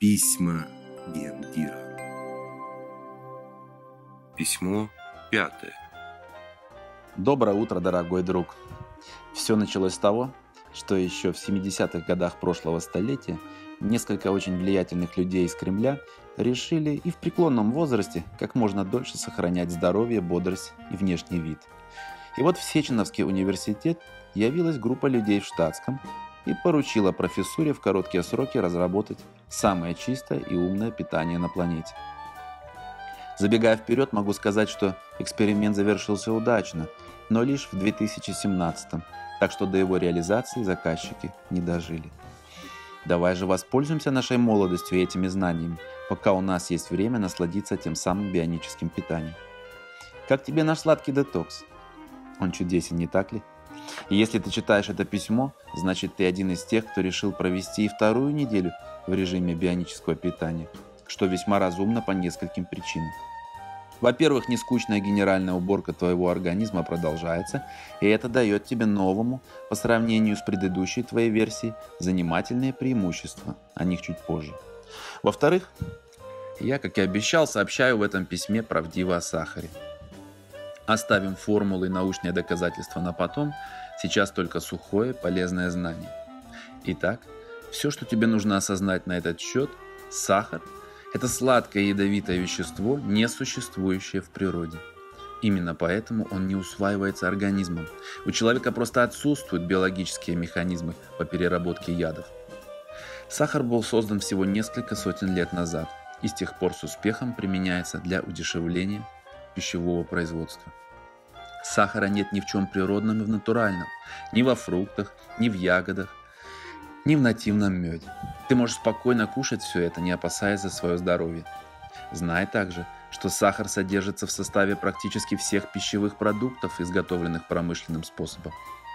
Письма Гендира. Письмо 5. Доброе утро, дорогой друг. Все началось с того, что еще в 70-х годах прошлого столетия несколько очень влиятельных людей из Кремля решили и в преклонном возрасте как можно дольше сохранять здоровье, бодрость и внешний вид. И вот в Сеченовский университет явилась группа людей в штатском и поручила профессуре в короткие сроки разработать самое чистое и умное питание на планете. Забегая вперед, могу сказать, что эксперимент завершился удачно, но лишь в 2017, так что до его реализации заказчики не дожили. Давай же воспользуемся нашей молодостью и этими знаниями, пока у нас есть время насладиться тем самым бионическим питанием. Как тебе наш сладкий детокс? Он чудесен, не так ли? И если ты читаешь это письмо, значит ты один из тех, кто решил провести и вторую неделю в режиме бионического питания, что весьма разумно по нескольким причинам. Во-первых, нескучная генеральная уборка твоего организма продолжается, и это дает тебе новому, по сравнению с предыдущей твоей версией, занимательные преимущества, о них чуть позже. Во-вторых, я, как и обещал, сообщаю в этом письме правдиво о сахаре. Оставим формулы и научные доказательства на потом, сейчас только сухое, полезное знание. Итак, все, что тебе нужно осознать на этот счет, сахар – это сладкое ядовитое вещество, не существующее в природе. Именно поэтому он не усваивается организмом. У человека просто отсутствуют биологические механизмы по переработке ядов. Сахар был создан всего несколько сотен лет назад и с тех пор с успехом применяется для удешевления пищевого производства. Сахара нет ни в чем природном и в натуральном, ни во фруктах, ни в ягодах, ни в нативном меде. Ты можешь спокойно кушать все это, не опасаясь за свое здоровье. Знай также, что сахар содержится в составе практически всех пищевых продуктов, изготовленных промышленным способом.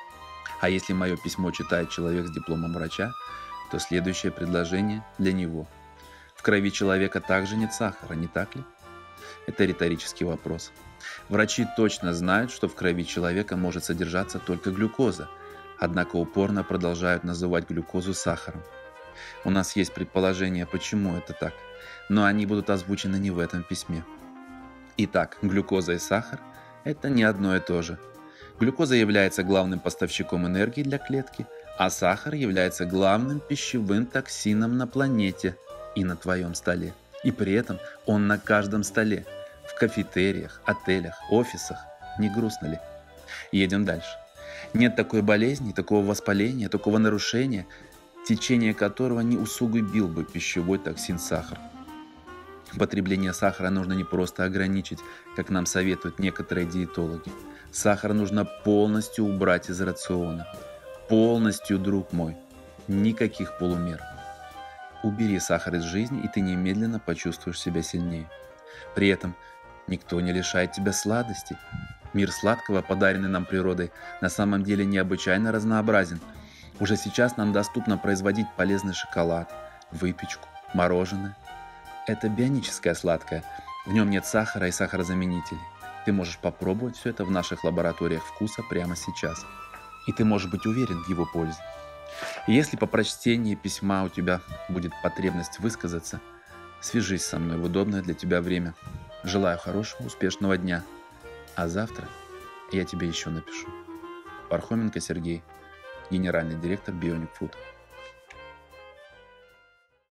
А если мое письмо читает человек с дипломом врача, то следующее предложение для него. В крови человека также нет сахара, не так ли? Это риторический вопрос. Врачи точно знают, что в крови человека может содержаться только глюкоза, однако упорно продолжают называть глюкозу сахаром. У нас есть предположение, почему это так, но они будут озвучены не в этом письме. Итак, глюкоза и сахар – это не одно и то же. Глюкоза является главным поставщиком энергии для клетки, а сахар является главным пищевым токсином на планете и на твоем столе. И при этом он на каждом столе, в кафетериях, отелях, офисах. Не грустно ли? Едем дальше. Нет такой болезни, такого воспаления, такого нарушения, течение которого не усугубил бы пищевой токсин сахар. Потребление сахара нужно не просто ограничить, как нам советуют некоторые диетологи. Сахар нужно полностью убрать из рациона. Полностью, друг мой. Никаких полумер. Убери сахар из жизни, и ты немедленно почувствуешь себя сильнее. При этом никто не лишает тебя сладостей. Мир сладкого, подаренный нам природой, на самом деле необычайно разнообразен. Уже сейчас нам доступно производить полезный шоколад, выпечку, мороженое. Это бионическое сладкое. В нем нет сахара и сахарозаменителей. Ты можешь попробовать все это в наших лабораториях вкуса прямо сейчас. И ты можешь быть уверен в его пользе. Если по прочтении письма у тебя будет потребность высказаться, свяжись со мной в удобное для тебя время. Желаю хорошего, успешного дня. А завтра я тебе еще напишу. Пархоменко Сергей, генеральный директор Bionic Food.